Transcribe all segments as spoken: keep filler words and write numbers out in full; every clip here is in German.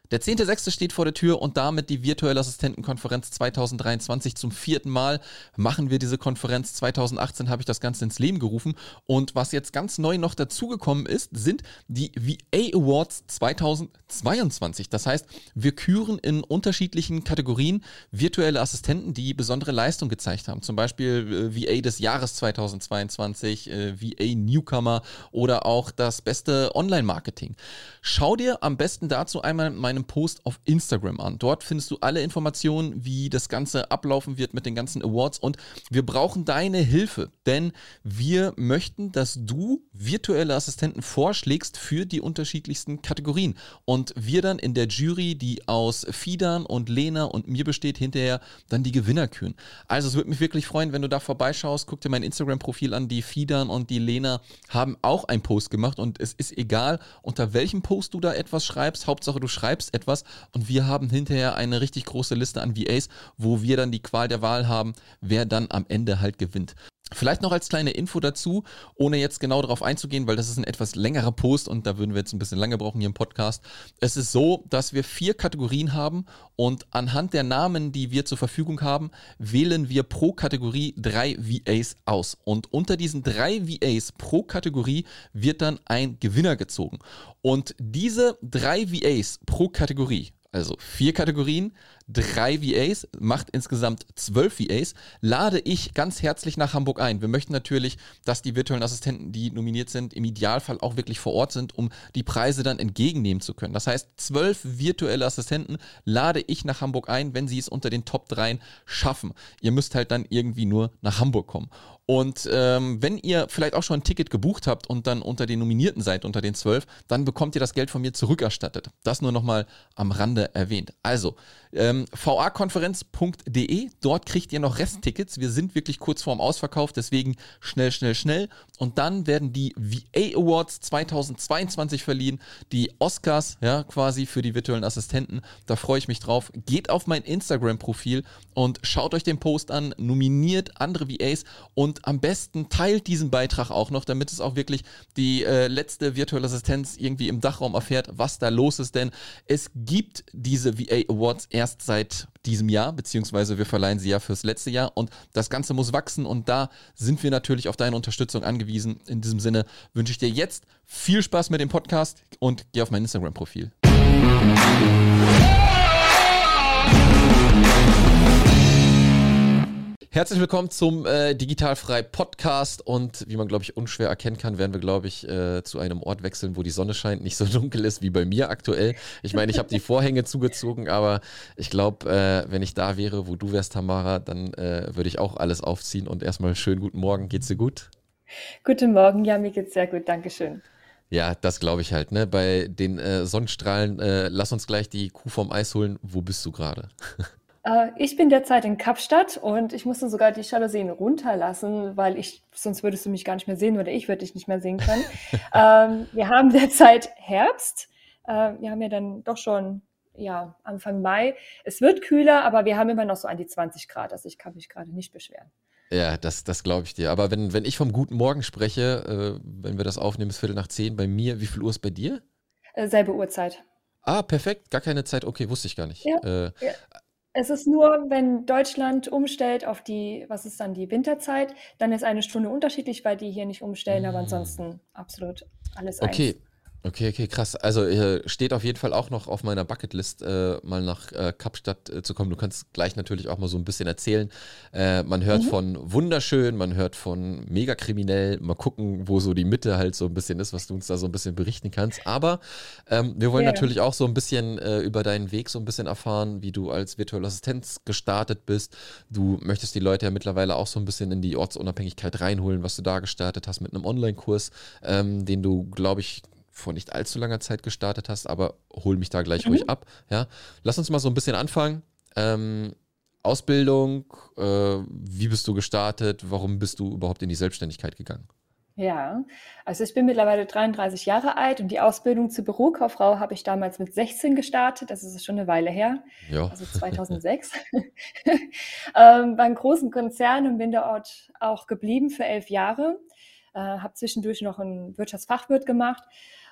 Der zehnte sechste steht vor der Tür und damit die Virtuelle Assistentenkonferenz zwanzig dreiundzwanzig. Zum vierten Mal machen wir diese Konferenz. zwanzig achtzehn habe ich das Ganze ins Leben gerufen. Und was jetzt ganz neu noch dazugekommen ist, sind die V A Awards zwanzig zweiundzwanzig. Das heißt, wir küren in unterschiedlichen Kategorien virtuelle Assistenten, die besondere Leistung gezeigt haben. Zum Beispiel äh, V A des Jahres zwanzig zweiundzwanzig, äh, V A Newcomer oder auch das beste Online-Marketing. Schau dir am besten dazu einmal meinen Post auf Instagram an. Dort findest du alle Informationen, wie das Ganze ablaufen wird mit den ganzen Awards, und wir brauchen deine Hilfe, denn wir möchten, dass du virtuelle Assistenten vorschlägst für die unterschiedlichsten Kategorien und wir dann in der Jury, die aus Fidan und Lena und mir besteht, hinterher dann die Gewinner küren. Also es würde mich wirklich freuen, wenn du da vorbeischaust. Guck dir mein Instagram-Profil an. Die Fidan und die Lena haben auch einen Post gemacht und es ist egal, unter welchem Post du da etwas schreibst. Hauptsache du schreibst etwas und wir haben hinterher eine richtig große Liste an V As, wo wir dann die Qual der Wahl haben, wer dann am Ende halt gewinnt. Vielleicht noch als kleine Info dazu, ohne jetzt genau darauf einzugehen, weil das ist ein etwas längerer Post und da würden wir jetzt ein bisschen lange brauchen hier im Podcast. Es ist so, dass wir vier Kategorien haben und anhand der Namen, die wir zur Verfügung haben, wählen wir pro Kategorie drei V As aus. Und unter diesen drei V As pro Kategorie wird dann ein Gewinner gezogen. Und diese drei V As pro Kategorie, also vier Kategorien, drei V As, macht insgesamt zwölf V As, lade ich ganz herzlich nach Hamburg ein. Wir möchten natürlich, dass die virtuellen Assistenten, die nominiert sind, im Idealfall auch wirklich vor Ort sind, um die Preise dann entgegennehmen zu können. Das heißt, zwölf virtuelle Assistenten lade ich nach Hamburg ein, wenn sie es unter den Top drei schaffen. Ihr müsst halt dann irgendwie nur nach Hamburg kommen. Und ähm, wenn ihr vielleicht auch schon ein Ticket gebucht habt und dann unter den Nominierten seid, unter den zwölf, dann bekommt ihr das Geld von mir zurückerstattet. Das nur nochmal am Rande erwähnt. Also, ähm, v a konferenz punkt d e, dort kriegt ihr noch Resttickets. Wir sind wirklich kurz vorm Ausverkauf, deswegen schnell, schnell, schnell. Und dann werden die V A Awards zwanzig zweiundzwanzig verliehen, die Oscars, ja, quasi für die virtuellen Assistenten. Da freue ich mich drauf. Geht auf mein Instagram-Profil und schaut euch den Post an, nominiert andere V As und am besten teilt diesen Beitrag auch noch, damit es auch wirklich die äh, letzte virtuelle Assistenz irgendwie im Dachraum erfährt, was da los ist, denn es gibt diese V A Awards erst seit diesem Jahr, beziehungsweise wir verleihen sie ja fürs letzte Jahr und das Ganze muss wachsen und da sind wir natürlich auf deine Unterstützung angewiesen. In diesem Sinne wünsche ich dir jetzt viel Spaß mit dem Podcast und geh auf mein Instagram-Profil. Herzlich willkommen zum äh, Digitalfrei Podcast und wie man, glaube ich, unschwer erkennen kann, werden wir, glaube ich, äh, zu einem Ort wechseln, wo die Sonne scheint, nicht so dunkel ist wie bei mir aktuell. Ich meine, ich habe die Vorhänge zugezogen, aber ich glaube, äh, wenn ich da wäre, wo du wärst, Tamara, dann äh, würde ich auch alles aufziehen und erstmal schönen guten Morgen. Geht's dir gut? Guten Morgen, ja, mir geht's sehr gut, danke schön. Ja, das glaube ich halt, ne? Bei den äh, Sonnenstrahlen, äh, lass uns gleich die Kuh vom Eis holen. Wo bist du gerade? Äh, ich bin derzeit in Kapstadt und ich musste sogar die Jalousien runterlassen, weil ich, sonst würdest du mich gar nicht mehr sehen oder ich würde dich nicht mehr sehen können. ähm, wir haben derzeit Herbst. Äh, wir haben ja dann doch schon, ja, Anfang Mai. Es wird kühler, aber wir haben immer noch so an die zwanzig Grad. Also ich kann mich gerade nicht beschweren. Ja, das, das glaube ich dir. Aber wenn, wenn ich vom guten Morgen spreche, äh, wenn wir das aufnehmen, ist Viertel nach zehn bei mir. Wie viel Uhr ist bei dir? Äh, selbe Uhrzeit. Ah, perfekt. Gar keine Zeit. Okay, wusste ich gar nicht. Ja, Äh, ja. Es ist nur, wenn Deutschland umstellt auf die, was ist dann die Winterzeit, dann ist eine Stunde unterschiedlich, weil die hier nicht umstellen, aber ansonsten absolut alles eins. okay. Okay, okay, krass. Also äh, steht auf jeden Fall auch noch auf meiner Bucketlist, äh, mal nach äh, Kapstadt äh, zu kommen. Du kannst gleich natürlich auch mal so ein bisschen erzählen. Äh, man hört Mhm. von wunderschön, man hört von mega kriminell. Mal gucken, wo so die Mitte halt so ein bisschen ist, was du uns da so ein bisschen berichten kannst. Aber ähm, wir wollen Ja, ja. natürlich auch so ein bisschen äh, über deinen Weg so ein bisschen erfahren, wie du als virtuelle Assistenz gestartet bist. Du möchtest die Leute ja mittlerweile auch so ein bisschen in die Ortsunabhängigkeit reinholen, was du da gestartet hast mit einem Online-Kurs, ähm, den du, glaube ich, vor nicht allzu langer Zeit gestartet hast, aber hol mich da gleich ruhig Mhm. ab. Ja? Lass uns mal so ein bisschen anfangen. Ähm, Ausbildung, äh, wie bist du gestartet? Warum bist du überhaupt in die Selbstständigkeit gegangen? Ja, also ich bin mittlerweile dreiunddreißig Jahre alt und die Ausbildung zur Bürokauffrau habe ich damals mit sechzehn gestartet. Das ist schon eine Weile her, Ja, also zweitausendsechs. ähm, bei einem großen Konzern und bin dort auch geblieben für elf Jahre. Äh, habe zwischendurch noch einen Wirtschaftsfachwirt gemacht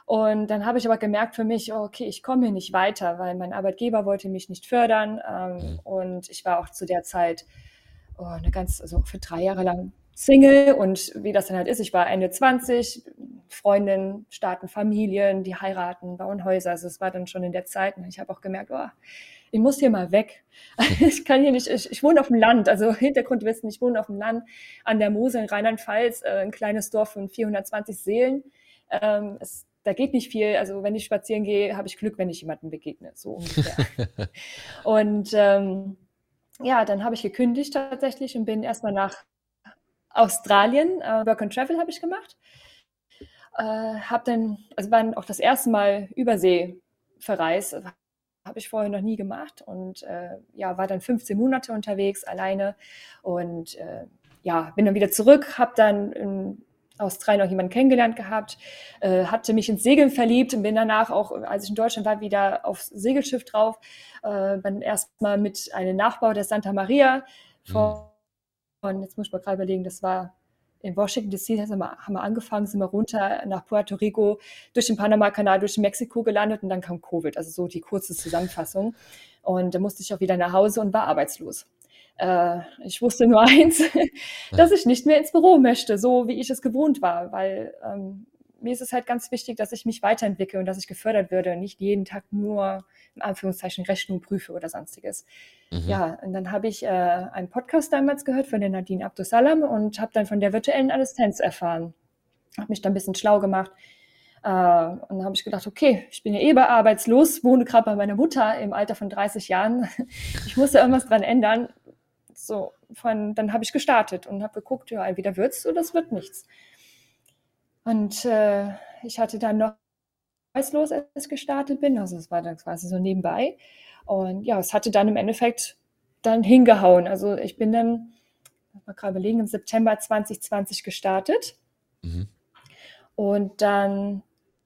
Und dann habe ich aber gemerkt für mich, oh, okay, ich komme hier nicht weiter, weil mein Arbeitgeber wollte mich nicht fördern. Ähm, Mhm. und ich war auch zu der Zeit oh, eine ganz, also für drei Jahre lang Single. Und wie das dann halt ist, ich war Ende zwanzig, Freundinnen starten Familien, die heiraten, bauen Häuser. Also es war dann schon in der Zeit. Und ich habe auch gemerkt, oh, ich muss hier mal weg. Ich kann hier nicht, ich, ich wohne auf dem Land, also Hintergrundwissen, ich wohne auf dem Land an der Mosel in Rheinland-Pfalz, äh, ein kleines Dorf von vierhundertzwanzig Seelen. Ähm, es, da geht nicht viel, also wenn ich spazieren gehe, habe ich Glück, wenn ich jemandem begegne, so ungefähr. Und ähm, ja, dann habe ich gekündigt tatsächlich und bin erstmal nach Australien, äh, Work and Travel habe ich gemacht. Äh, habe dann, also war dann auch das erste Mal Übersee verreist, habe ich vorher noch nie gemacht und äh, ja, war dann fünfzehn Monate unterwegs, alleine und äh, ja, bin dann wieder zurück, habe dann in Australien auch jemanden kennengelernt gehabt, äh, hatte mich ins Segeln verliebt und bin danach auch, als ich in Deutschland war, wieder aufs Segelschiff drauf, äh, bin erstmal mit einem Nachbau der Santa Maria von, Mhm. jetzt muss ich mal gerade überlegen, das war in Washington D C, haben wir, haben wir angefangen, sind wir runter nach Puerto Rico, durch den Panama-Kanal, durch Mexiko gelandet und dann kam Covid, also so die kurze Zusammenfassung. Und da musste ich auch wieder nach Hause und war arbeitslos. Äh, ich wusste nur eins, dass ich nicht mehr ins Büro möchte, so wie ich es gewohnt war, weil ähm, mir ist es halt ganz wichtig, dass ich mich weiterentwickle und dass ich gefördert werde und nicht jeden Tag nur, in Anführungszeichen, Rechnung prüfe oder sonstiges. Mhm. Ja, und dann habe ich äh, einen Podcast damals gehört von der Nadine Abdusalam und habe dann von der virtuellen Assistenz erfahren. Habe mich dann ein bisschen schlau gemacht. Äh, und dann habe ich gedacht, okay, ich bin ja eh arbeitslos, wohne gerade bei meiner Mutter im Alter von dreißig Jahren. Ich muss ja irgendwas dran ändern. So, von, dann habe ich gestartet und habe geguckt, ja, entweder wird's oder es wird nichts. Und äh, ich hatte dann noch arbeitslos, als ich gestartet bin. Also es war dann quasi so nebenbei. Und ja, es hatte dann im Endeffekt dann hingehauen. Also ich bin dann, mal gerade überlegen, im September zwanzig zwanzig gestartet. Mhm. Und dann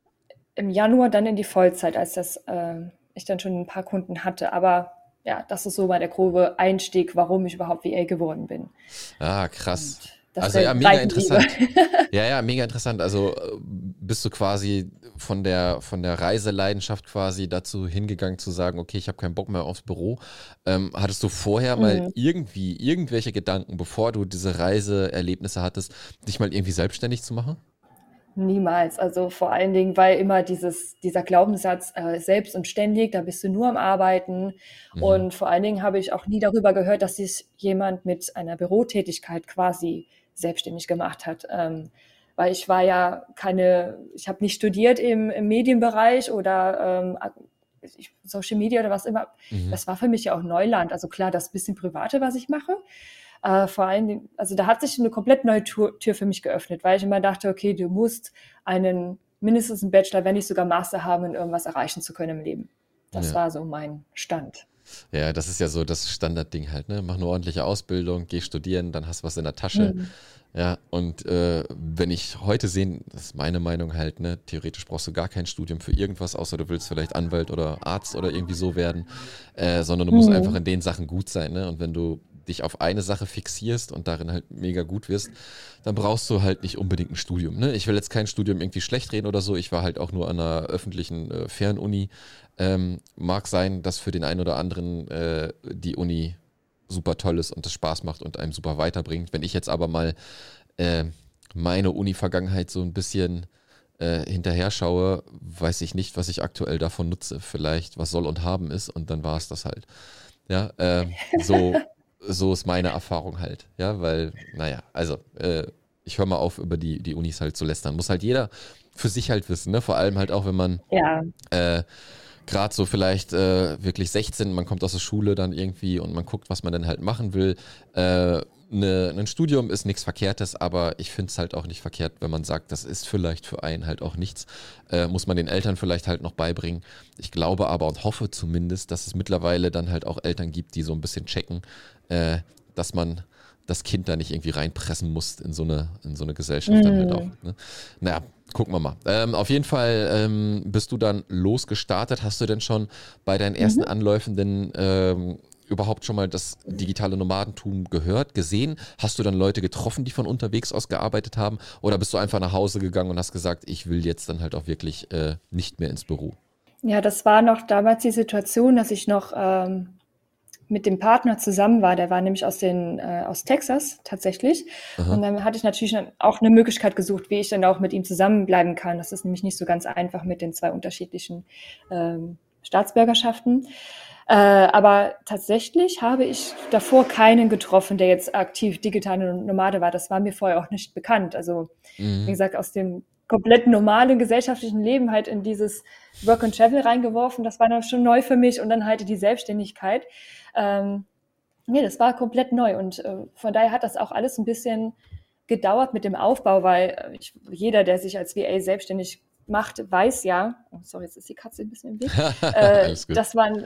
im Januar dann in die Vollzeit, als das äh, ich dann schon ein paar Kunden hatte. Aber ja, das ist so mal der grobe Einstieg, warum ich überhaupt V A geworden bin. Ah, krass. Und das Also ist ja, der mega Seitenliebe. interessant. Ja, ja, mega interessant. Also äh, bist du quasi von der, von der Reiseleidenschaft quasi dazu hingegangen zu sagen, okay, ich habe keinen Bock mehr aufs Büro. Ähm, hattest du vorher mal Mhm. irgendwie irgendwelche Gedanken, bevor du diese Reiseerlebnisse hattest, dich mal irgendwie selbstständig zu machen? Niemals. Also vor allen Dingen, weil immer dieses, dieser Glaubenssatz äh, selbst und ständig, da bist du nur am Arbeiten. Mhm. Und vor allen Dingen habe ich auch nie darüber gehört, dass sich jemand mit einer Bürotätigkeit quasi selbstständig gemacht hat. Ähm, weil ich war ja keine, ich habe nicht studiert im, im Medienbereich oder ähm, ich, Social Media oder was immer. Mhm. Das war für mich ja auch Neuland. Also klar, das bisschen Private, was ich mache. Äh, vor allen Dingen, also da hat sich eine komplett neue Tür, Tür für mich geöffnet, weil ich immer dachte, okay, du musst einen mindestens einen Bachelor, wenn nicht sogar Master haben, um irgendwas erreichen zu können im Leben. Das Ja. war so mein Stand. Ja, das ist ja so das Standardding halt, ne? Mach eine ordentliche Ausbildung, geh studieren, dann hast du was in der Tasche. Mhm. Ja, und äh, wenn ich heute sehe, das ist meine Meinung halt, ne, theoretisch brauchst du gar kein Studium für irgendwas, außer du willst vielleicht Anwalt oder Arzt oder irgendwie so werden, äh, sondern du musst einfach Mhm. in den Sachen gut sein, ne? Und wenn du dich auf eine Sache fixierst und darin halt mega gut wirst, dann brauchst du halt nicht unbedingt ein Studium, ne? Ich will jetzt kein Studium irgendwie schlecht reden oder so, ich war halt auch nur an einer öffentlichen äh, Fernuni. Ähm, mag sein, dass für den einen oder anderen äh, die Uni super toll ist und das Spaß macht und einem super weiterbringt. Wenn ich jetzt aber mal äh, meine Uni-Vergangenheit so ein bisschen äh, hinterher schaue, weiß ich nicht, was ich aktuell davon nutze. Vielleicht, was soll und haben ist und dann war es das halt. Ja, äh, so, so ist meine Erfahrung halt. Ja, weil, naja, also äh, ich höre mal auf, über die, die Unis halt zu lästern. Muss halt jeder für sich halt wissen, ne? Vor allem halt auch, wenn man Ja. äh, gerade so vielleicht äh, wirklich sechzehn, man kommt aus der Schule dann irgendwie und man guckt, was man dann halt machen will. Äh, ne, ein Studium ist nichts Verkehrtes, aber ich finde es halt auch nicht verkehrt, wenn man sagt, das ist vielleicht für einen halt auch nichts. Äh, muss man den Eltern vielleicht halt noch beibringen. Ich glaube aber und hoffe zumindest, dass es mittlerweile dann halt auch Eltern gibt, die so ein bisschen checken, äh, dass man das Kind da nicht irgendwie reinpressen muss in so eine, in so eine Gesellschaft dann halt auch. Mhm. Ne? Naja, gucken wir mal. Ähm, auf jeden Fall ähm, bist du dann losgestartet. Hast du denn schon bei deinen ersten Mhm. Anläufen denn ähm, überhaupt schon mal das digitale Nomadentum gehört, gesehen? Hast du dann Leute getroffen, die von unterwegs aus gearbeitet haben? Oder bist du einfach nach Hause gegangen und hast gesagt, ich will jetzt dann halt auch wirklich äh, nicht mehr ins Büro? Ja, das war noch damals die Situation, dass ich noch ähm, mit dem Partner zusammen war. Der war nämlich aus den äh, aus Texas tatsächlich. Aha. Und dann hatte ich natürlich auch eine Möglichkeit gesucht, wie ich dann auch mit ihm zusammenbleiben kann. Das ist nämlich nicht so ganz einfach mit den zwei unterschiedlichen ähm, Staatsbürgerschaften. Äh, aber tatsächlich habe ich davor keinen getroffen, der jetzt aktiv digitale Nomade war. Das war mir vorher auch nicht bekannt. Also wie Mhm. gesagt, aus dem komplett normalen gesellschaftlichen Leben halt in dieses Work and Travel reingeworfen. Das war dann schon neu für mich und dann halt die Selbstständigkeit. Ähm, nee, das war komplett neu und äh, von daher hat das auch alles ein bisschen gedauert mit dem Aufbau, weil äh, ich, jeder, der sich als V A selbstständig macht, weiß ja, oh, sorry, jetzt ist die Katze ein bisschen im Weg, äh, Alles gut. dass man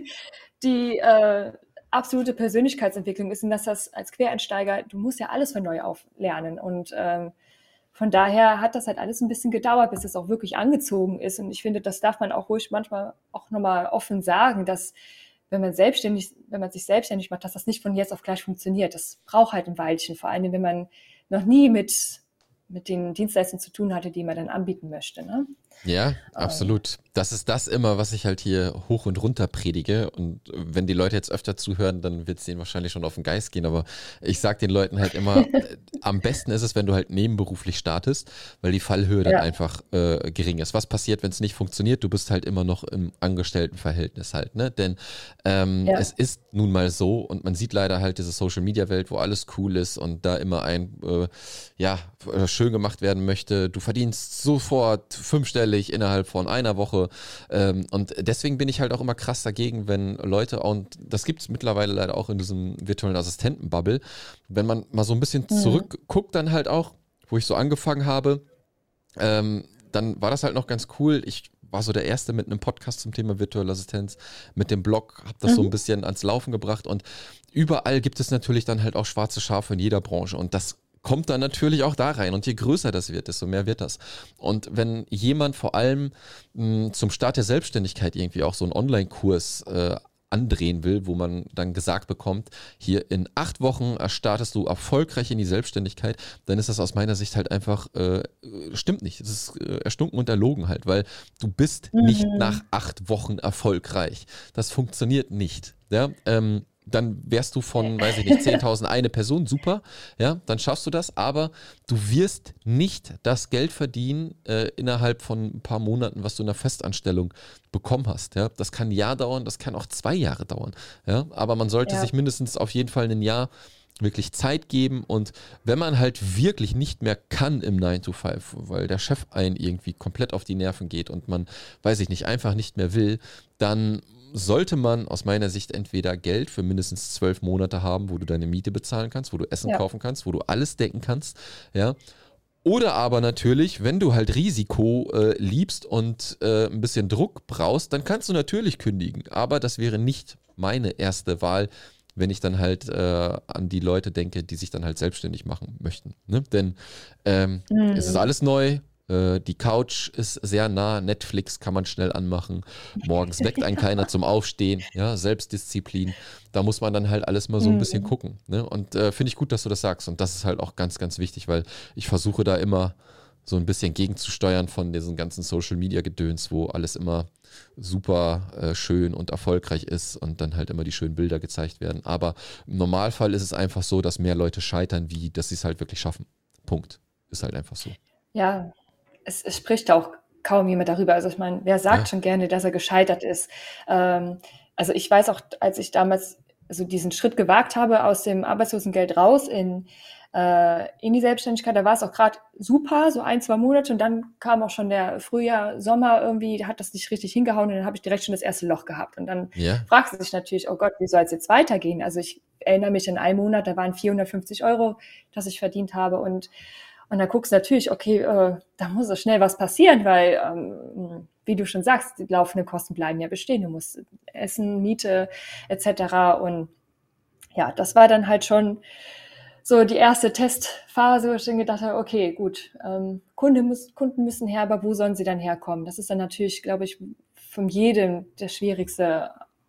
die äh, absolute Persönlichkeitsentwicklung ist und dass das als Quereinsteiger, du musst ja alles von neu auflernen und ähm, von daher hat das halt alles ein bisschen gedauert, bis es auch wirklich angezogen ist. Und ich finde, das darf man auch ruhig manchmal auch nochmal offen sagen, dass wenn man selbstständig, wenn man sich selbstständig macht, dass das nicht von jetzt auf gleich funktioniert. Das braucht halt ein Weilchen, vor allem wenn man noch nie mit, mit den Dienstleistungen zu tun hatte, die man dann anbieten möchte. Ne? Ja, Ähm, absolut. Das ist das immer, was ich halt hier hoch und runter predige. Und wenn die Leute jetzt öfter zuhören, dann wird es denen wahrscheinlich schon auf den Geist gehen. Aber ich sage den Leuten halt immer, äh, am besten ist es, wenn du halt nebenberuflich startest, weil die Fallhöhe dann ja, einfach äh, gering ist. Was passiert, wenn es nicht funktioniert? Du bist halt immer noch im Angestelltenverhältnis halt, ne? Denn ähm, ja, es ist nun mal so und man sieht leider halt diese Social-Media-Welt, wo alles cool ist und da immer ein, äh, ja, äh, schön gemacht werden möchte. Du verdienst sofort fünfstellig innerhalb von einer Woche. Ähm, und deswegen bin ich halt auch immer krass dagegen, wenn Leute, und das gibt es mittlerweile leider auch in diesem virtuellen Assistenten-Bubble, wenn man mal so ein bisschen hm, zurückguckt, dann halt auch, wo ich so angefangen habe, ähm, dann war das halt noch ganz cool. Ich war so der Erste mit einem Podcast zum Thema virtuelle Assistenz, mit dem Blog, habe das so ein mhm, bisschen ans Laufen gebracht und überall gibt es natürlich dann halt auch schwarze Schafe in jeder Branche und das kommt dann natürlich auch da rein und je größer das wird, desto mehr wird das. Und wenn jemand vor allem mh, zum Start der Selbstständigkeit irgendwie auch so einen Online-Kurs äh, andrehen will, wo man dann gesagt bekommt, hier in acht Wochen startest du erfolgreich in die Selbstständigkeit, dann ist das aus meiner Sicht halt einfach, äh, stimmt nicht. Es ist äh, erstunken und erlogen halt, weil du bist nicht nach mhm, acht Wochen erfolgreich. Das funktioniert nicht. Ja, ähm, dann wärst du nee. von, weiß ich nicht, zehntausend eine Person, super, ja, dann schaffst du das, aber du wirst nicht das Geld verdienen äh, innerhalb von ein paar Monaten, was du in der Festanstellung bekommen hast, ja. Das kann ein Jahr dauern, das kann auch zwei Jahre dauern, ja, aber man sollte sich Ja, mindestens auf jeden Fall ein Jahr wirklich Zeit geben und wenn man halt wirklich nicht mehr kann im nine to five, weil der Chef einen irgendwie komplett auf die Nerven geht und man, weiß ich nicht, einfach nicht mehr will, dann sollte man aus meiner Sicht entweder Geld für mindestens zwölf Monate haben, wo du deine Miete bezahlen kannst, wo du Essen ja, kaufen kannst, wo du alles decken kannst, ja. Oder aber natürlich, wenn du halt Risiko äh, liebst und äh, ein bisschen Druck brauchst, dann kannst du natürlich kündigen. Aber das wäre nicht meine erste Wahl, wenn ich dann halt äh, an die Leute denke, die sich dann halt selbstständig machen möchten. Ne? Denn ähm, es ist mhm, alles neu. Äh, die Couch ist sehr nah. Netflix kann man schnell anmachen. Morgens weckt einen keiner zum Aufstehen. Ja, Selbstdisziplin. Da muss man dann halt alles mal so ein bisschen mhm. gucken. Ne? Und äh, finde ich gut, dass du das sagst. Und das ist halt auch ganz, ganz wichtig, weil ich versuche da immer so ein bisschen gegenzusteuern von diesem ganzen Social Media Gedöns, wo alles immer super äh, schön und erfolgreich ist und dann halt immer die schönen Bilder gezeigt werden. Aber im Normalfall ist es einfach so, dass mehr Leute scheitern, wie dass sie es halt wirklich schaffen. Punkt. Ist halt einfach so. Ja, es, es spricht auch kaum jemand darüber. Also ich meine, wer sagt Ja. schon gerne, dass er gescheitert ist? Ähm, also ich weiß auch, als ich damals so diesen Schritt gewagt habe aus dem Arbeitslosengeld raus in, äh, in die Selbstständigkeit, da war es auch gerade super, so ein, zwei Monate und dann kam auch schon der Frühjahr, Sommer irgendwie, da hat das nicht richtig hingehauen und dann habe ich direkt schon das erste Loch gehabt. Und dann Ja. fragst du dich natürlich, oh Gott, wie soll es jetzt weitergehen? Also ich erinnere mich an einen Monat, da waren vierhundertfünfzig Euro, das ich verdient habe und und da guckst du natürlich, okay, äh, da muss so schnell was passieren, weil, ähm, wie du schon sagst, die laufenden Kosten bleiben ja bestehen. Du musst Essen, Miete et cetera. Und ja, das war dann halt schon so die erste Testphase, wo ich dann gedacht habe, okay, gut, ähm, Kunde muss, Kunden müssen her, aber wo sollen sie dann herkommen? Das ist dann natürlich, glaube ich, von jedem der schwierigste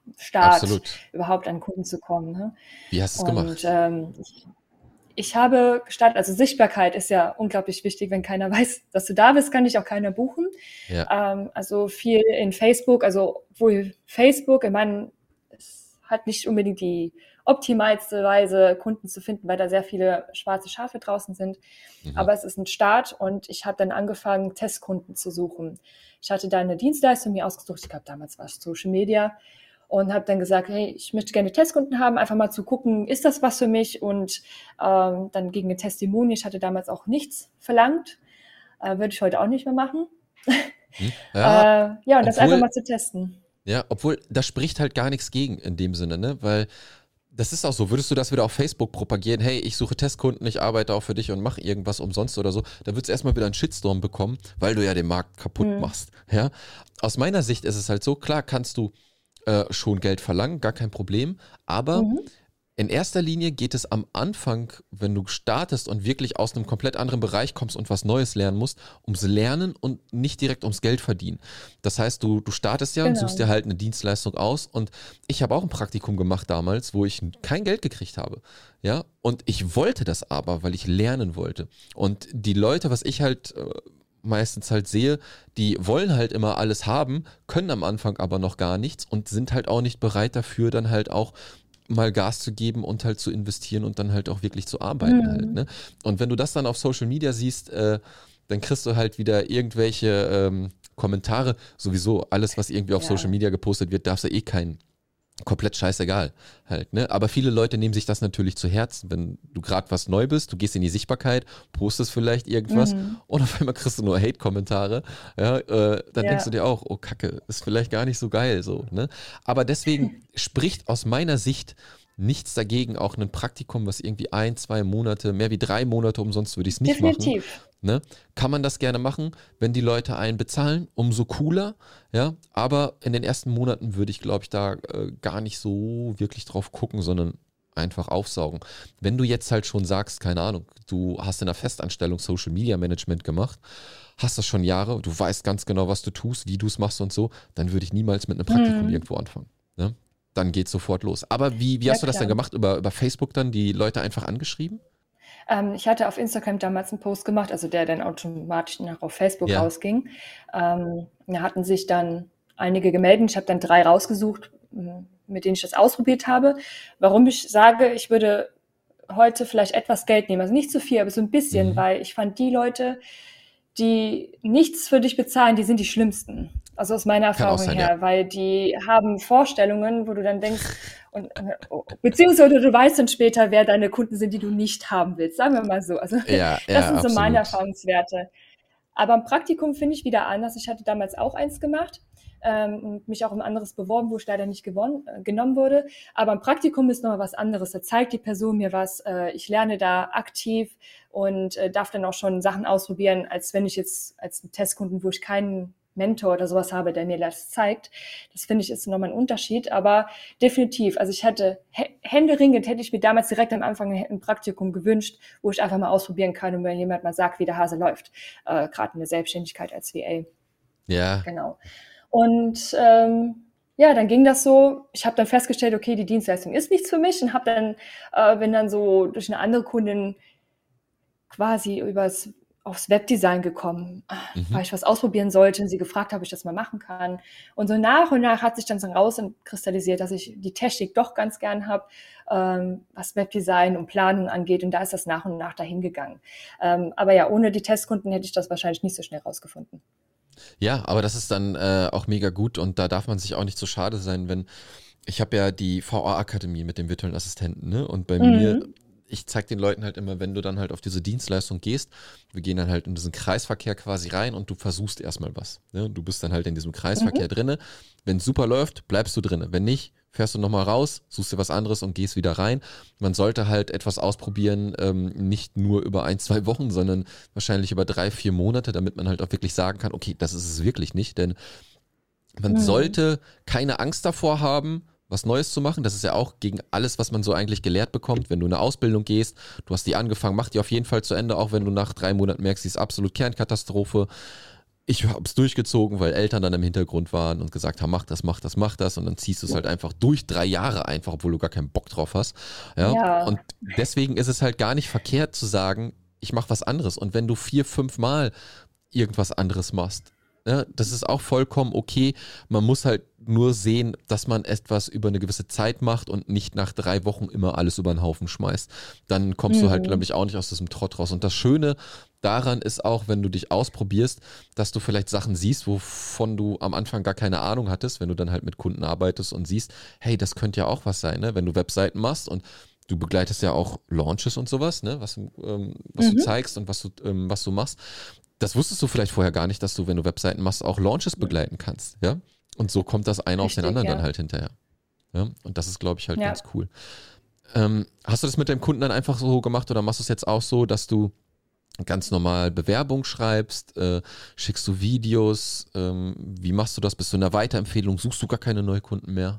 Start, Absolut. überhaupt an Kunden zu kommen. Ne? Wie hast du es Und gemacht? ähm, ich, ich habe gestartet, also Sichtbarkeit ist ja unglaublich wichtig. Wenn keiner weiß, dass du da bist, kann dich auch keiner buchen. Ja. Ähm, also viel in Facebook, also wohl Facebook, ich meine, es hat nicht unbedingt die optimalste Weise, Kunden zu finden, weil da sehr viele schwarze Schafe draußen sind. Mhm. Aber es ist ein Start und ich habe dann angefangen, Testkunden zu suchen. Ich hatte da eine Dienstleistung mir ausgesucht, ich glaube, damals war es Social Media, und habe dann gesagt, hey, ich möchte gerne Testkunden haben, einfach mal zu gucken, ist das was für mich? Und ähm, dann gegen eine Testimonial, ich hatte damals auch nichts verlangt, äh, würde ich heute auch nicht mehr machen. Hm. Ja, äh, ja, und das einfach obwohl, mal zu testen. ja, obwohl, da spricht halt gar nichts gegen in dem Sinne, ne? Weil das ist auch so, würdest du das wieder auf Facebook propagieren, hey, ich suche Testkunden, ich arbeite auch für dich und mache irgendwas umsonst oder so, da würdest du erstmal wieder einen Shitstorm bekommen, weil du ja den Markt kaputt Hm. machst. Ja? Aus meiner Sicht ist es halt so, klar kannst du äh, schon Geld verlangen, gar kein Problem, aber Mhm. in erster Linie geht es am Anfang, wenn du startest und wirklich aus einem komplett anderen Bereich kommst und was Neues lernen musst, ums Lernen und nicht direkt ums Geld verdienen. Das heißt, du, du startest ja und suchst dir Genau. halt eine Dienstleistung aus, und ich habe auch ein Praktikum gemacht damals, wo ich kein Geld gekriegt habe. Ja, und ich wollte das aber, weil ich lernen wollte. Und die Leute, was ich halt äh, meistens halt sehe, die wollen halt immer alles haben, können am Anfang aber noch gar nichts und sind halt auch nicht bereit dafür, dann halt auch mal Gas zu geben und halt zu investieren und dann halt auch wirklich zu arbeiten halt, Mhm. ne? Und wenn du das dann auf Social Media siehst, äh, dann kriegst du halt wieder irgendwelche ähm, Kommentare. Sowieso, alles, was irgendwie auf Social Ja. Media gepostet wird, darfst du eh keinen, komplett scheißegal halt, ne? Aber viele Leute nehmen sich das natürlich zu Herzen, wenn du gerade was neu bist, du gehst in die Sichtbarkeit, postest vielleicht irgendwas Mhm. und auf einmal kriegst du nur Hate-Kommentare, ja, äh, dann denkst du Ja. dir auch, oh Kacke, ist vielleicht gar nicht so geil so, ne? Aber deswegen spricht aus meiner Sicht nichts dagegen, auch ein Praktikum, was irgendwie ein, zwei Monate, mehr wie drei Monate umsonst würde ich es nicht machen, Definitiv. ne? Kann man das gerne machen, wenn die Leute einen bezahlen, umso cooler, ja, aber in den ersten Monaten würde ich, glaube ich, da äh, gar nicht so wirklich drauf gucken, sondern einfach aufsaugen. Wenn du jetzt halt schon sagst, keine Ahnung, du hast in der Festanstellung Social Media Management gemacht, hast das schon Jahre, du weißt ganz genau, was du tust, wie du es machst und so, dann würde ich niemals mit einem Praktikum Mhm. irgendwo anfangen, ne? Dann geht's sofort los. Aber wie, wie Ja, hast du das dann klar. gemacht? Über, über Facebook dann die Leute einfach angeschrieben? Ähm, ich hatte auf Instagram damals einen Post gemacht, also der dann automatisch nach auf Facebook Ja. rausging. Ähm, da hatten sich dann einige gemeldet. Ich habe dann drei rausgesucht, m, mit denen ich das ausprobiert habe. Warum ich sage, ich würde heute vielleicht etwas Geld nehmen, also nicht zu viel, aber so ein bisschen, Mhm. weil ich fand die Leute, die nichts für dich bezahlen, die sind die schlimmsten. Also aus meiner Kann auch Erfahrung sein, her, ja. weil die haben Vorstellungen, wo du dann denkst, und, und beziehungsweise du weißt dann später, wer deine Kunden sind, die du nicht haben willst. Sagen wir mal so. Also Ja, das ja, sind so meine absolut. Erfahrungswerte. Aber ein Praktikum finde ich wieder anders. Ich hatte damals auch eins gemacht ähm, und mich auch um anderes beworben, wo ich leider nicht gewonnen, äh, genommen wurde. Aber ein Praktikum ist noch was anderes. Da zeigt die Person mir was. Äh, ich lerne da aktiv und äh, darf dann auch schon Sachen ausprobieren, als wenn ich jetzt als Testkunden, wo ich keinen Mentor oder sowas habe, der mir das zeigt. Das finde ich ist nochmal ein Unterschied, aber definitiv. Also ich hatte händeringend, hätte ich mir damals direkt am Anfang ein Praktikum gewünscht, wo ich einfach mal ausprobieren kann und mir jemand mal sagt, wie der Hase läuft. Äh, gerade in der Selbstständigkeit als V A. Ja, Genau. Und ähm, ja, dann ging das so. Ich habe dann festgestellt, okay, die Dienstleistung ist nichts für mich und habe dann, äh, bin dann so durch eine andere Kundin quasi übers aufs Webdesign gekommen, mhm. weil ich was ausprobieren sollte und sie gefragt habe, ob ich das mal machen kann. Und so nach und nach hat sich dann so rauskristallisiert, dass ich die Technik doch ganz gern habe, ähm, was Webdesign und Planung angeht. Und da ist das nach und nach dahin gegangen. Ähm, aber ja, ohne die Testkunden hätte ich das wahrscheinlich nicht so schnell rausgefunden. Ja, aber das ist dann äh, auch mega gut, und da darf man sich auch nicht so schade sein, wenn, ich habe ja die V A-Akademie mit dem virtuellen Assistenten, ne? Und bei mir, Mhm. ich zeige den Leuten halt immer, wenn du dann halt auf diese Dienstleistung gehst, wir gehen dann halt in diesen Kreisverkehr quasi rein und du versuchst erstmal was, ne? Du bist dann halt in diesem Kreisverkehr Mhm. drinne. Wenn es super läuft, bleibst du drinne. Wenn nicht, fährst du nochmal raus, suchst dir was anderes und gehst wieder rein. Man sollte halt etwas ausprobieren, ähm, nicht nur über ein, zwei Wochen, sondern wahrscheinlich über drei, vier Monate, damit man halt auch wirklich sagen kann, okay, das ist es wirklich nicht, denn man Mhm. sollte keine Angst davor haben, was Neues zu machen. Das ist ja auch gegen alles, was man so eigentlich gelehrt bekommt. Wenn du in eine Ausbildung gehst, du hast die angefangen, mach die auf jeden Fall zu Ende, auch wenn du nach drei Monaten merkst, die ist absolut Kernkatastrophe. ich habe es durchgezogen, weil Eltern dann im Hintergrund waren und gesagt haben, mach das, mach das, mach das und dann ziehst du es halt einfach durch drei Jahre einfach, obwohl du gar keinen Bock drauf hast. Ja, Ja, und deswegen ist es halt gar nicht verkehrt zu sagen, ich mache was anderes. Und wenn du vier, fünf Mal irgendwas anderes machst, ja, das ist auch vollkommen okay. Man muss halt nur sehen, dass man etwas über eine gewisse Zeit macht und nicht nach drei Wochen immer alles über den Haufen schmeißt. Dann kommst du halt, glaube mhm. ich, auch nicht aus diesem Trott raus. Und das Schöne daran ist auch, wenn du dich ausprobierst, dass du vielleicht Sachen siehst, wovon du am Anfang gar keine Ahnung hattest, wenn du dann halt mit Kunden arbeitest und siehst, hey, das könnte ja auch was sein, ne? Wenn du Webseiten machst und du begleitest ja auch Launches und sowas, ne? Was, du, ähm, was du Mhm. zeigst und was du, ähm, was du machst. Das wusstest du vielleicht vorher gar nicht, dass du, wenn du Webseiten machst, auch Launches begleiten kannst, ja? Und so kommt das eine auf den Richtig, anderen dann ja. halt hinterher. Ja? Und das ist, glaube ich, halt Ja. ganz cool. Ähm, hast du das mit deinem Kunden dann einfach so gemacht oder machst du es jetzt auch so, dass du ganz normal Bewerbung schreibst, äh, schickst du Videos, ähm, wie machst du das? Bist du in der Weiterempfehlung? Suchst du gar keine Neukunden mehr?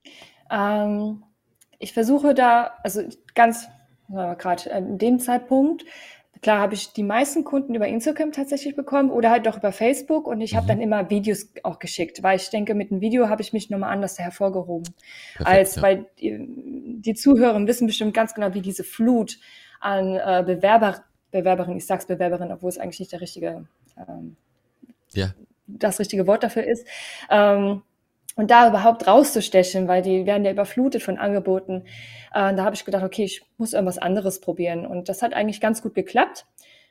Ähm, Ich versuche da, also ganz, äh, gerade in dem Zeitpunkt, klar habe ich die meisten Kunden über Instagram tatsächlich bekommen oder halt auch über Facebook und ich habe Mhm. dann immer Videos auch geschickt, weil ich denke, mit einem Video habe ich mich nochmal anders hervorgehoben, Perfekt, als ja. weil die, die Zuhörer wissen bestimmt ganz genau, wie diese Flut an äh, Bewerber, Bewerberin, ich sag's Bewerberin, obwohl es eigentlich nicht der richtige, ähm, Ja, das richtige Wort dafür ist, ähm, und da überhaupt rauszustechen, weil die werden ja überflutet von Angeboten. Äh, da habe ich gedacht, okay, ich muss irgendwas anderes probieren. Und das hat eigentlich ganz gut geklappt.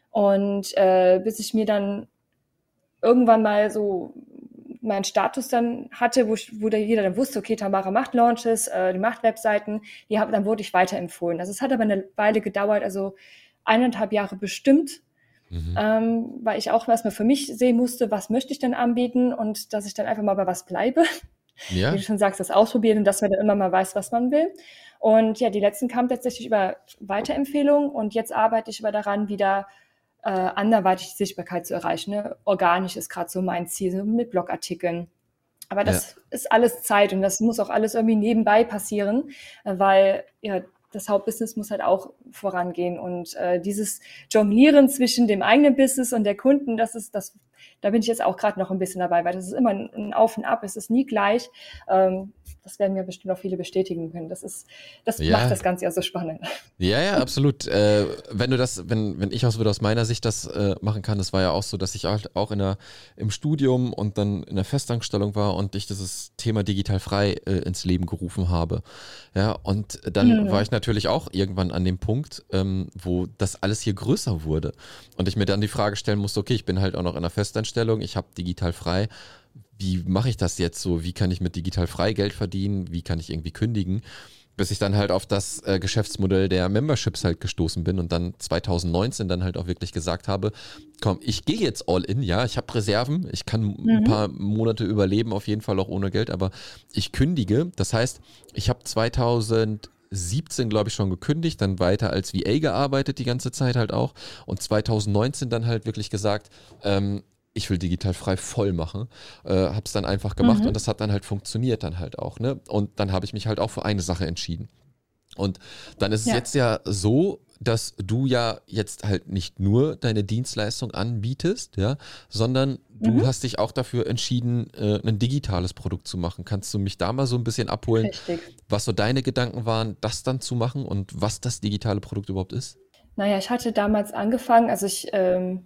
Und äh, bis ich mir dann irgendwann mal so meinen Status dann hatte, wo, ich, wo da jeder dann wusste, okay, Tamara macht Launches, äh, die macht Webseiten, die hab, dann wurde ich weiterempfohlen. Also es hat aber eine Weile gedauert, also eineinhalb Jahre bestimmt, mhm. ähm, weil ich auch erstmal für mich sehen musste, was möchte ich denn anbieten und dass ich dann einfach mal bei was bleibe. Wie Ja, du schon sagst, das Ausprobieren und dass man dann immer mal weiß, was man will. Und ja, die letzten kamen tatsächlich über Weiterempfehlungen und jetzt arbeite ich aber daran, wieder äh, anderweitig die Sichtbarkeit zu erreichen. Ne? Organisch ist gerade so mein Ziel, so mit Blogartikeln. Aber ja. das ist alles Zeit und das muss auch alles irgendwie nebenbei passieren, äh, weil ja, das Hauptbusiness muss halt auch vorangehen. Und äh, dieses Jonglieren zwischen dem eigenen Business und der Kunden, das ist das, da bin ich jetzt auch gerade noch ein bisschen dabei, weil das ist immer ein, ein Auf und Ab, es ist nie gleich. Ähm, das werden mir bestimmt auch viele bestätigen können. Das ist, das macht Ja, das Ganze ja so spannend. ja, ja, absolut. Äh, wenn du das, wenn, wenn ich aus, würde aus meiner Sicht das äh, machen kann, das war ja auch so, dass ich halt auch in der, im Studium und dann in der Festanstellung war und ich dieses Thema digital frei äh, ins Leben gerufen habe. Ja, und dann war Mhm. ich natürlich auch irgendwann an dem Punkt, ähm, wo das alles hier größer wurde. Und ich mir dann die Frage stellen musste, okay, ich bin halt auch noch in der Festanstellung, ich habe digital frei. Wie mache ich das jetzt so? Wie kann ich mit digital frei Geld verdienen? Wie kann ich irgendwie kündigen? Bis ich dann halt auf das äh, Geschäftsmodell der Memberships halt gestoßen bin und dann zwanzig neunzehn dann halt auch wirklich gesagt habe, komm, ich gehe jetzt all in, ja, ich habe Reserven, ich kann ein Mhm. paar Monate überleben, auf jeden Fall auch ohne Geld, aber ich kündige, das heißt, ich habe zwanzig siebzehn, glaube ich, schon gekündigt, dann weiter als V A gearbeitet die ganze Zeit halt auch und zwanzig neunzehn dann halt wirklich gesagt, ähm, ich will digital frei voll machen, äh, habe es dann einfach gemacht und Mhm. das hat dann halt funktioniert dann halt auch, ne? Und dann habe ich mich halt auch für eine Sache entschieden. Und dann ist es Ja. jetzt ja so, dass du ja jetzt halt nicht nur deine Dienstleistung anbietest, ja, sondern du Mhm. hast dich auch dafür entschieden, äh, ein digitales Produkt zu machen. Kannst du mich da mal so ein bisschen abholen, Richtig. was so deine Gedanken waren, das dann zu machen und was das digitale Produkt überhaupt ist? Naja, ich hatte damals angefangen, also ich ähm,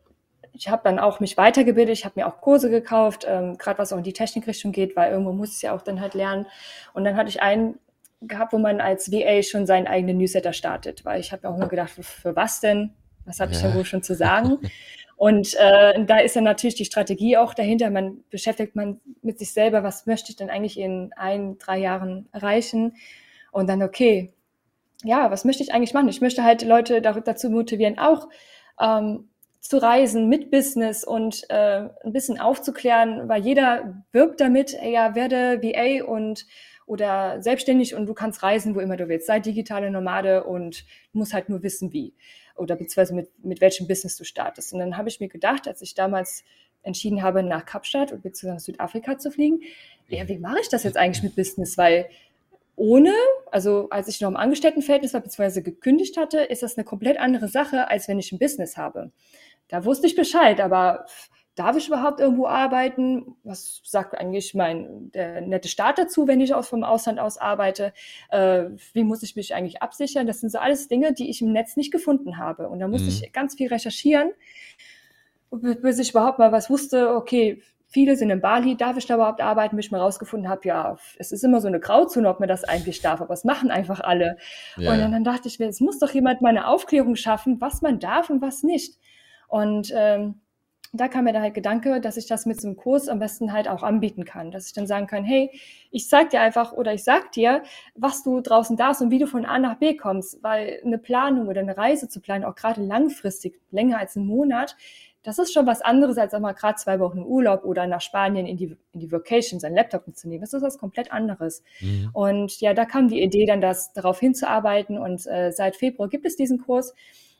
ich habe dann auch mich weitergebildet, ich habe mir auch Kurse gekauft, ähm, gerade was auch in die Technikrichtung geht, weil irgendwo muss es ja auch dann halt lernen. Und dann hatte ich einen gehabt, wo man als V A schon seinen eigenen Newsletter startet, weil ich habe auch nur gedacht, für, für was denn? Was habe ich denn Ja, wohl schon zu sagen? Und äh, da ist dann natürlich die Strategie auch dahinter. Man beschäftigt man mit sich selber, was möchte ich denn eigentlich in ein, drei Jahren erreichen? Und dann, okay, ja, was möchte ich eigentlich machen? Ich möchte halt Leute dazu motivieren, auch ähm, zu reisen mit Business und äh, ein bisschen aufzuklären, weil jeder wirbt damit, ey, ja, werde V A und oder selbstständig und du kannst reisen, wo immer du willst. Sei digitale Nomade und du musst halt nur wissen, wie. Oder beziehungsweise mit, mit welchem Business du startest. Und dann habe ich mir gedacht, als ich damals entschieden habe, nach Kapstadt und beziehungsweise Südafrika zu fliegen, ja, wie mache ich das jetzt eigentlich mit Business? Weil ohne, also als ich noch im Angestelltenverhältnis war, beziehungsweise gekündigt hatte, ist das eine komplett andere Sache, als wenn ich ein Business habe. Da wusste ich Bescheid, aber darf ich überhaupt irgendwo arbeiten? Was sagt eigentlich mein der nette Staat dazu, wenn ich aus vom Ausland aus arbeite? Äh, wie muss ich mich eigentlich absichern? Das sind so alles Dinge, die ich im Netz nicht gefunden habe. Und da musste Mhm. ich ganz viel recherchieren, bis ich überhaupt mal was wusste, okay, viele sind in Bali, darf ich da überhaupt arbeiten, bis ich mal rausgefunden habe, ja, es ist immer so eine Grauzone, ob man das eigentlich darf, aber es machen einfach alle. Ja, Und dann, ja. dann dachte ich mir, es muss doch jemand mal eine Aufklärung schaffen, was man darf und was nicht. Und ähm, da kam mir dann halt Gedanke, dass ich das mit so einem Kurs am besten halt auch anbieten kann, dass ich dann sagen kann, hey, ich zeig dir einfach oder ich sag dir, was du draußen darfst und wie du von A nach B kommst, weil eine Planung oder eine Reise zu planen, auch gerade langfristig, länger als einen Monat, das ist schon was anderes, als auch mal gerade zwei Wochen Urlaub oder nach Spanien in die, in die Vacation seinen Laptop mitzunehmen. Das ist was komplett anderes. Mhm. Und ja, da kam die Idee dann, das darauf hinzuarbeiten. Und äh, seit Februar gibt es diesen Kurs.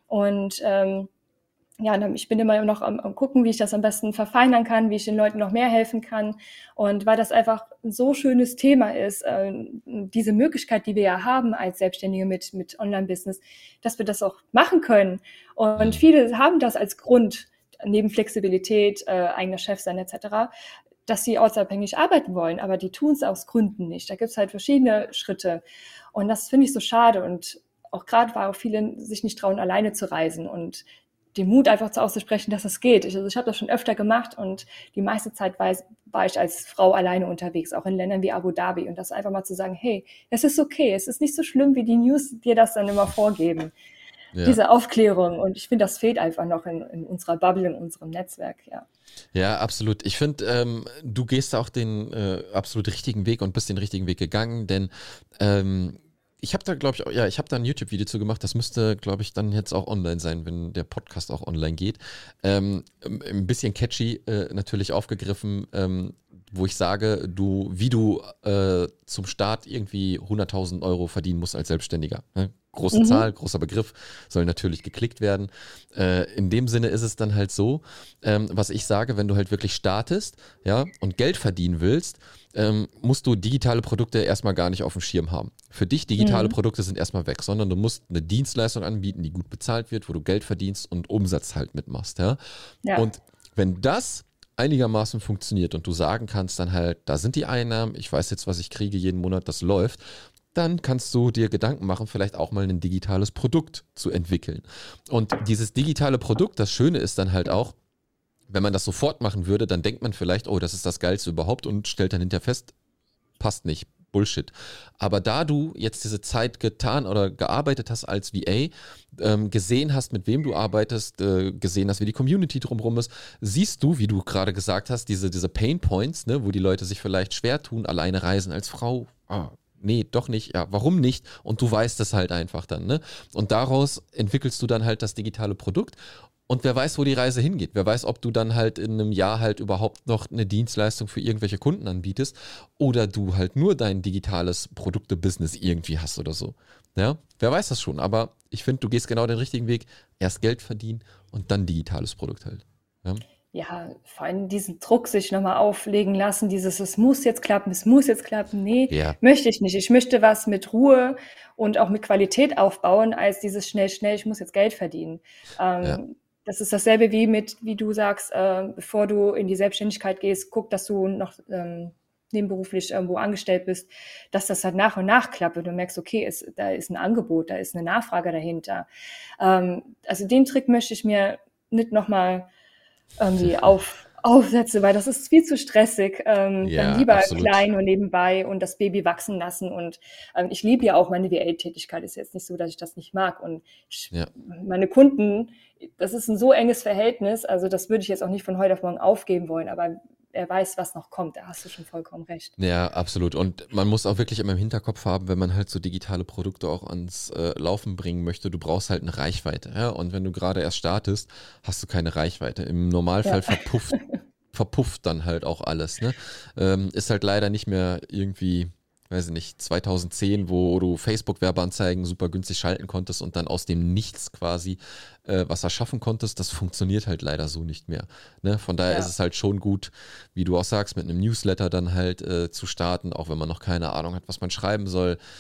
Und ähm, ja, ich bin immer noch am, am gucken, wie ich das am besten verfeinern kann, wie ich den Leuten noch mehr helfen kann. Und weil das einfach ein so schönes Thema ist, äh, diese Möglichkeit, die wir ja haben als Selbstständige mit, mit Online-Business, dass wir das auch machen können. Und Mhm. viele haben das als Grund, neben Flexibilität, äh, eigener Chef sein et cetera, dass sie ortsabhängig arbeiten wollen, aber die tun es aus Gründen nicht. Da gibt es halt verschiedene Schritte. Und das finde ich so schade. Und auch gerade, weil auch viele sich nicht trauen, alleine zu reisen und den Mut einfach zu auszusprechen, dass es geht. Ich, also ich habe das schon öfter gemacht und die meiste Zeit war, war ich als Frau alleine unterwegs, auch in Ländern wie Abu Dhabi. Und das einfach mal zu sagen, hey, es ist okay, es ist nicht so schlimm, wie die News dir das dann immer vorgeben. Ja. Diese Aufklärung. Und ich finde, das fehlt einfach noch in, in unserer Bubble, in unserem Netzwerk, ja. Ja, absolut. Ich finde, ähm, du gehst auch den äh, absolut richtigen Weg und bist den richtigen Weg gegangen, denn ähm, ich habe da, glaube ich, auch, ja, ich habe da ein YouTube-Video zu gemacht, das müsste, glaube ich, dann jetzt auch online sein, wenn der Podcast auch online geht. Ähm, ein bisschen catchy äh, natürlich aufgegriffen, ähm, wo ich sage, du, wie du äh, zum Start irgendwie hunderttausend Euro verdienen musst als Selbstständiger. Ne? Große Mhm. Zahl, großer Begriff, soll natürlich geklickt werden. Äh, in dem Sinne ist es dann halt so, ähm, was ich sage, wenn du halt wirklich startest, ja, und Geld verdienen willst, ähm, musst du digitale Produkte erstmal gar nicht auf dem Schirm haben. Für dich digitale Mhm. Produkte sind erstmal weg, sondern du musst eine Dienstleistung anbieten, die gut bezahlt wird, wo du Geld verdienst und Umsatz halt mitmachst, ja. Ja. Und wenn das einigermaßen funktioniert und du sagen kannst dann halt, da sind die Einnahmen, ich weiß jetzt, was ich kriege jeden Monat, das läuft, dann kannst du dir Gedanken machen, vielleicht auch mal ein digitales Produkt zu entwickeln. Und dieses digitale Produkt, das Schöne ist dann halt auch, wenn man das sofort machen würde, dann denkt man vielleicht, oh, das ist das Geilste überhaupt und stellt dann hinterher fest, passt nicht, Bullshit. Aber da du jetzt diese Zeit getan oder gearbeitet hast als V A, ähm, gesehen hast, mit wem du arbeitest, äh, gesehen hast, wie die Community drumherum ist, siehst du, wie du gerade gesagt hast, diese, diese Pain Points, ne, wo die Leute sich vielleicht schwer tun, alleine reisen als Frau. Ah, nee, doch nicht. Ja, warum nicht? Und du weißt es halt einfach dann, ne? Und daraus entwickelst du dann halt das digitale Produkt. Und wer weiß, wo die Reise hingeht. Wer weiß, ob du dann halt in einem Jahr halt überhaupt noch eine Dienstleistung für irgendwelche Kunden anbietest oder du halt nur dein digitales Produkte-Business irgendwie hast oder so. Ja, wer weiß das schon. Aber ich finde, du gehst genau den richtigen Weg. Erst Geld verdienen und dann digitales Produkt halt. Ja. Ja, vor allem diesen Druck sich nochmal auflegen lassen, dieses, es muss jetzt klappen, es muss jetzt klappen. Nee, Ja. möchte ich nicht. Ich möchte was mit Ruhe und auch mit Qualität aufbauen, als dieses schnell, schnell, ich muss jetzt Geld verdienen. Ähm, Ja. Das ist dasselbe wie mit, wie du sagst, äh, bevor du in die Selbstständigkeit gehst, guck, dass du noch ähm, nebenberuflich irgendwo angestellt bist, dass das halt nach und nach klappt und du merkst, okay, es, da ist ein Angebot, da ist eine Nachfrage dahinter. Ähm, also den Trick möchte ich mir nicht nochmal irgendwie auf, aufsetze, weil das ist viel zu stressig. Ähm, Ja, dann lieber absolut. klein und nebenbei und das Baby wachsen lassen. Und ähm, ich liebe ja auch meine V A-Tätigkeit. Ist jetzt nicht so, dass ich das nicht mag. Und ich, Ja. meine Kunden, das ist ein so enges Verhältnis. Also das würde ich jetzt auch nicht von heute auf morgen aufgeben wollen. Aber wer weiß, was noch kommt. Da hast du schon vollkommen recht. Ja, absolut. Und man muss auch wirklich immer im Hinterkopf haben, wenn man halt so digitale Produkte auch ans äh, Laufen bringen möchte, du brauchst halt eine Reichweite. Ja? Und wenn du gerade erst startest, hast du keine Reichweite. Im Normalfall Ja. verpufft, verpufft dann halt auch alles. Ne? Ähm, ist halt leider nicht mehr irgendwie, weiß ich nicht, zweitausendzehn, wo du Facebook-Werbeanzeigen super günstig schalten konntest und dann aus dem Nichts quasi äh, was erschaffen konntest. Das funktioniert halt leider so nicht mehr. Ne? Von daher Ja. ist es halt schon gut, wie du auch sagst, mit einem Newsletter dann halt äh, zu starten, auch wenn man noch keine Ahnung hat, was man schreiben soll.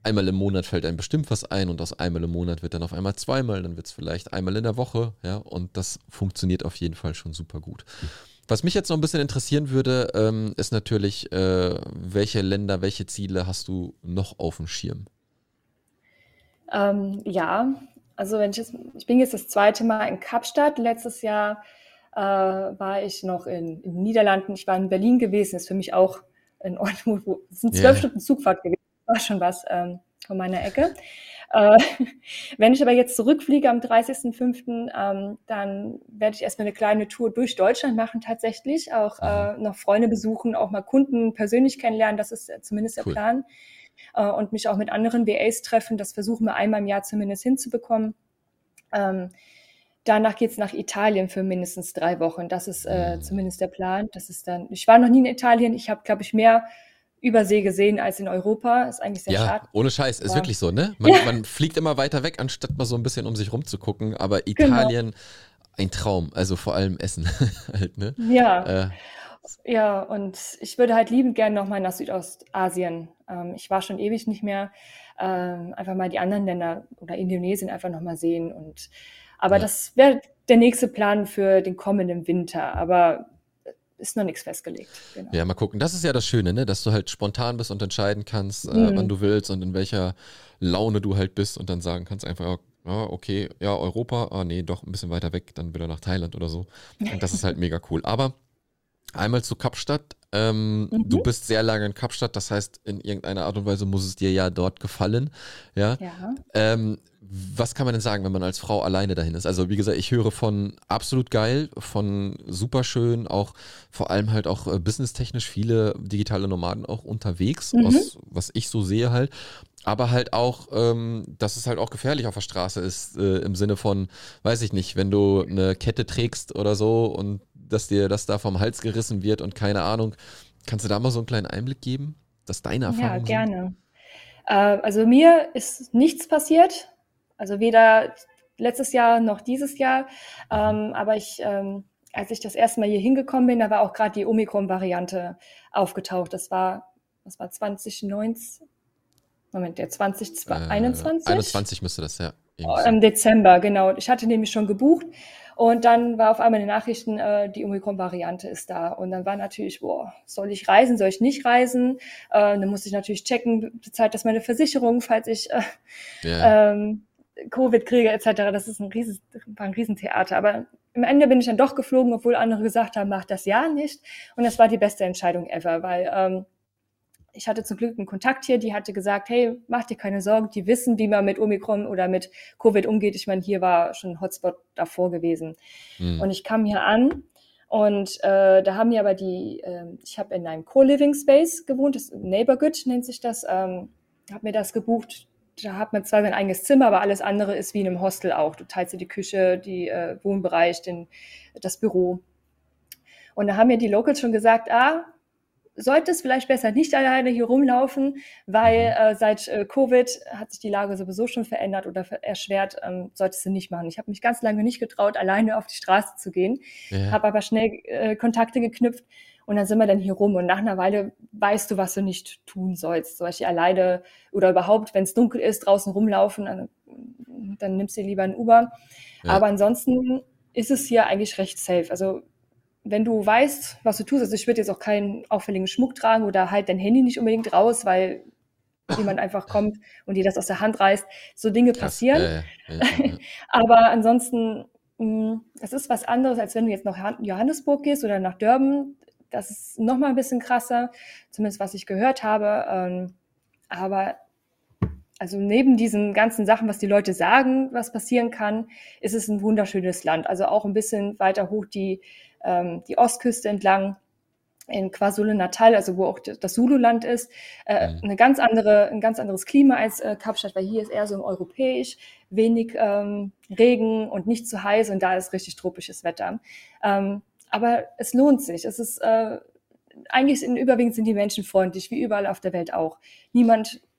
einmal im Monat fällt einem bestimmt was ein und aus einmal im Monat wird dann auf einmal zweimal, dann wird es vielleicht einmal in der Woche, ja, und das funktioniert auf jeden Fall schon super gut. Was mich jetzt noch ein bisschen interessieren würde, ähm, ist natürlich, äh, welche Länder, welche Ziele hast du noch auf dem Schirm? Ähm, ja, also wenn ich jetzt, ich bin jetzt das zweite Mal in Kapstadt. Letztes Jahr äh, war ich noch in, in den Niederlanden. Ich war in Berlin gewesen, ist für mich auch ein Ort, wo, wo es sind Ja, zwölf yeah. Stunden Zugfahrt gewesen, war schon was ähm, von meiner Ecke. Äh, wenn ich aber jetzt zurückfliege am dreißigsten fünften, ähm, dann werde ich erstmal eine kleine Tour durch Deutschland machen tatsächlich, auch Mhm. äh, noch Freunde besuchen, auch mal Kunden persönlich kennenlernen, das ist äh, zumindest der Cool. Plan. Äh, und mich auch mit anderen V As treffen, das versuchen wir einmal im Jahr zumindest hinzubekommen. Ähm, danach geht's nach Italien für mindestens drei Wochen, das ist äh, Mhm. zumindest der Plan. Das ist dann, ich war noch nie in Italien, ich habe, glaube ich, mehr Übersee gesehen als in Europa, ist eigentlich sehr Ja, schade. ohne Scheiß, ist Aber wirklich so, ne? ja, Man, man fliegt immer weiter weg, anstatt mal so ein bisschen um sich rumzugucken, aber genau. Italien, ein Traum, also vor allem Essen halt, ne? Ja, Äh, ja, und ich würde halt liebend gerne noch mal nach Südostasien. Ähm, ich war schon ewig nicht mehr. Ähm, einfach mal die anderen Länder oder Indonesien einfach noch mal sehen. Und aber ja. das wäre der nächste Plan für den kommenden Winter. Aber ist noch nichts festgelegt. Genau. Ja, mal gucken. Das ist ja das Schöne, ne? Dass du halt spontan bist und entscheiden kannst, äh, wann Mhm. du willst und in welcher Laune du halt bist und dann sagen kannst einfach, ja, okay, ja, Europa, ah nee, doch ein bisschen weiter weg, dann wieder nach Thailand oder so. Und das ist halt mega cool. Aber einmal zu Kapstadt. Ähm, du Mhm. bist sehr lange in Kapstadt, das heißt, in irgendeiner Art und Weise muss es dir ja dort gefallen. Ja. Ja. Ähm, was kann man denn sagen, wenn man als Frau alleine dahin ist? Also, wie gesagt, ich höre von absolut geil, von super schön, auch vor allem halt auch äh, businesstechnisch viele digitale Nomaden auch unterwegs, Mhm. aus was ich so sehe halt. Aber halt auch, ähm, dass es halt auch gefährlich auf der Straße ist, äh, im Sinne von, weiß ich nicht, wenn du eine Kette trägst oder so und dass dir das da vom Hals gerissen wird und keine Ahnung. Kannst du da mal so einen kleinen Einblick geben, dass deine Ja, Erfahrungen sind? gerne. Äh, also mir ist nichts passiert. Also weder letztes Jahr noch dieses Jahr. Mhm. Ähm, aber ich, ähm, als ich das erste Mal hier hingekommen bin, da war auch gerade die Omikron-Variante aufgetaucht. Das war, das war zwanzig neunzehn, Moment, der Äh, zwanzig einundzwanzig? einundzwanzig müsste das, ja, irgendwie so. Im Dezember, genau. Ich hatte nämlich schon gebucht und dann war auf einmal in den Nachrichten, äh, die Omikron-Variante ist da. Und dann war natürlich, boah, soll ich reisen, soll ich nicht reisen? Äh, dann musste ich natürlich checken, bezahlt das meine Versicherung, falls ich äh, Ja, ähm, Covid kriege et cetera. Das ist ein, rieses, war ein Riesentheater. Aber am Ende bin ich dann doch geflogen, obwohl andere gesagt haben, mach das ja nicht. Und das war die beste Entscheidung ever, weil ähm, ich hatte zum Glück einen Kontakt hier, die hatte gesagt, hey, mach dir keine Sorgen, die wissen, wie man mit Omikron oder mit Covid umgeht. Ich meine, hier war schon ein Hotspot davor gewesen. hm. Und ich kam hier an und äh, da haben mir aber die, äh, ich habe in einem Co-Living Space gewohnt, das Neighborhood nennt sich das, ähm, habe mir das gebucht. Da hat man zwar sein eigenes Zimmer, aber alles andere ist wie in einem Hostel auch. Du teilst dir die Küche, die äh, Wohnbereich, den, das Büro. Und da haben mir die Locals schon gesagt, ah, solltest vielleicht besser nicht alleine hier rumlaufen, weil Mhm. äh, seit äh, Covid hat sich die Lage sowieso schon verändert oder ver erschwert, ähm, solltest du nicht machen. Ich habe mich ganz lange nicht getraut, alleine auf die Straße zu gehen, Ja, habe aber schnell äh, Kontakte geknüpft und dann sind wir dann hier rum und nach einer Weile weißt du, was du nicht tun sollst. Zum Beispiel alleine oder überhaupt, wenn es dunkel ist, draußen rumlaufen, dann, dann nimmst du dir lieber ein Uber. ja, Aber ansonsten ist es hier eigentlich recht safe. Also wenn du weißt, was du tust, also ich würde jetzt auch keinen auffälligen Schmuck tragen oder halt dein Handy nicht unbedingt raus, weil jemand einfach kommt und dir das aus der Hand reißt. So Dinge krass. Ja, passieren. ja, ja, ja, ja. Aber ansonsten, mh, es ist was anderes, als wenn du jetzt nach Johannesburg gehst oder nach Durban. Das ist noch mal ein bisschen krasser, zumindest was ich gehört habe. Ähm, aber also neben diesen ganzen Sachen, was die Leute sagen, was passieren kann, ist es ein wunderschönes Land. Also auch ein bisschen weiter hoch die, ähm, die Ostküste entlang in KwaZulu-Natal, also wo auch das Zululand ist, äh, Mhm. eine ganz andere, ein ganz anderes Klima als äh, Kapstadt, weil hier ist eher so im europäisch, wenig ähm, Regen und nicht zu heiß und da ist richtig tropisches Wetter. Ähm, aber es lohnt sich. Es ist äh, eigentlich in überwiegend sind die Menschen freundlich, wie überall auf der Welt auch. Niemand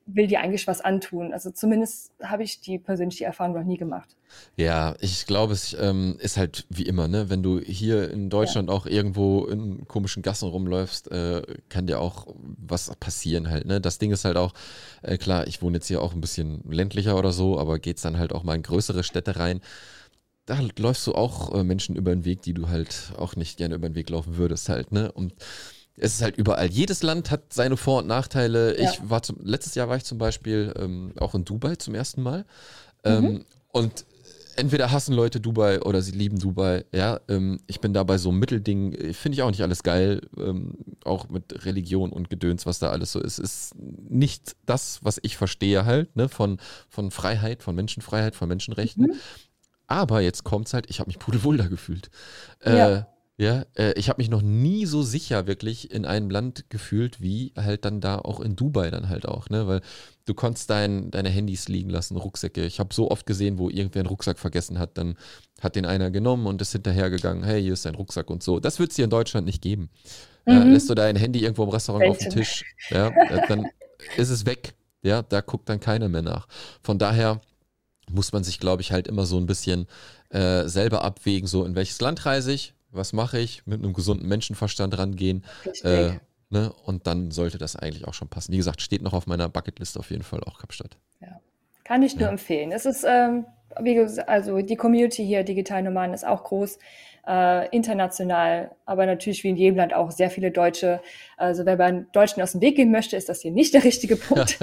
will dir eigentlich was antun. Also zumindest habe ich die persönlich die Erfahrung noch nie gemacht. Ja, ich glaube, es ähm, ist halt wie immer, ne? Wenn du hier in Ja, Deutschland auch irgendwo in komischen Gassen rumläufst, äh, kann dir auch was passieren halt, ne? Das Ding ist halt auch, äh, klar, ich wohne jetzt hier auch ein bisschen ländlicher oder so, aber geht's dann halt auch mal in größere Städte rein, da läufst du auch äh, Menschen über den Weg, die du halt auch nicht gerne über den Weg laufen würdest halt, ne? Und es ist halt überall. Jedes Land hat seine Vor- und Nachteile. ja. Ich war zum, letztes Jahr war ich zum Beispiel ähm, auch in Dubai zum ersten Mal. Mhm. Ähm, und entweder hassen Leute Dubai oder sie lieben Dubai. Ja, ähm, ich bin da bei so einem Mittelding. äh, Finde ich auch nicht alles geil. Ähm, auch mit Religion und Gedöns, was da alles so ist, ist nicht das, was ich verstehe halt, ne, von, von Freiheit, von Menschenfreiheit, von Menschenrechten. Mhm. Aber jetzt kommt's halt, ich habe mich pudelwohl da gefühlt. Äh, Ja, ja, äh, ich habe mich noch nie so sicher wirklich in einem Land gefühlt, wie halt dann da auch in Dubai dann halt auch, ne? Weil du konntest dein, deine Handys liegen lassen, Rucksäcke. Ich habe so oft gesehen, wo irgendwer einen Rucksack vergessen hat, dann hat den einer genommen und ist hinterhergegangen, hey, hier ist dein Rucksack und so. Das wird es hier in Deutschland nicht geben. Ja, lässt du mhm. dein Handy irgendwo im Restaurant auf den Selten. Tisch, ja, äh, dann ist es weg. Ja, da guckt dann keiner mehr nach. Von daher muss man sich, glaube ich, halt immer so ein bisschen äh, selber abwägen, so in welches Land reise ich, was mache ich, mit einem gesunden Menschenverstand rangehen, äh, Richtig. ne? Und dann sollte das eigentlich auch schon passen. Wie gesagt, steht noch auf meiner Bucketlist auf jeden Fall auch Kapstadt. Ja. Kann ich nur Ja. empfehlen. Es ist, ähm, wie gesagt, also die Community hier, Digital Nomaden, ist auch groß, äh, international, aber natürlich wie in jedem Land auch sehr viele Deutsche. Also wenn man Deutschen aus dem Weg gehen möchte, ist das hier nicht der richtige Punkt.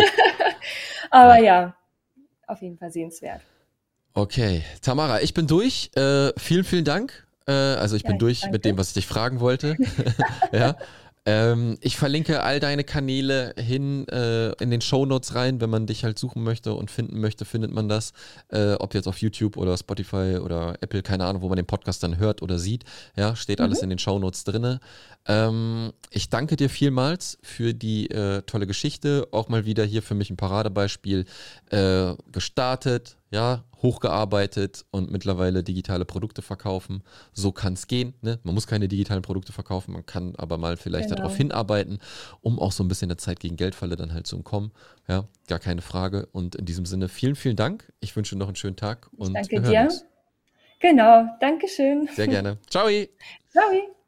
Aber Ja. ja, auf jeden Fall sehenswert. Okay, Tamara, ich bin durch. Äh, vielen, vielen Dank. Äh, also ich Ja, bin ich durch mit dem, danke. was ich dich fragen wollte. Ja. Ähm, ich verlinke all deine Kanäle hin äh, in den Shownotes rein, wenn man dich halt suchen möchte und finden möchte, findet man das. Äh, ob jetzt auf YouTube oder Spotify oder Apple, keine Ahnung, wo man den Podcast dann hört oder sieht. Ja, steht alles Mhm. in den Shownotes drinne. Ähm, ich danke dir vielmals für die äh, tolle Geschichte. Auch mal wieder hier für mich ein Paradebeispiel. Äh, gestartet, ja, hochgearbeitet und mittlerweile digitale Produkte verkaufen. So kann es gehen. Ne? Man muss keine digitalen Produkte verkaufen, man kann aber mal vielleicht darauf Genau. hinarbeiten, um auch so ein bisschen der Zeit gegen Geldfalle dann halt zu entkommen. Ja, gar keine Frage. Und in diesem Sinne vielen, vielen Dank. Ich wünsche noch einen schönen Tag Ich und danke wir hören dir. uns. Genau. Dankeschön. Sehr gerne. Ciao! Ciao.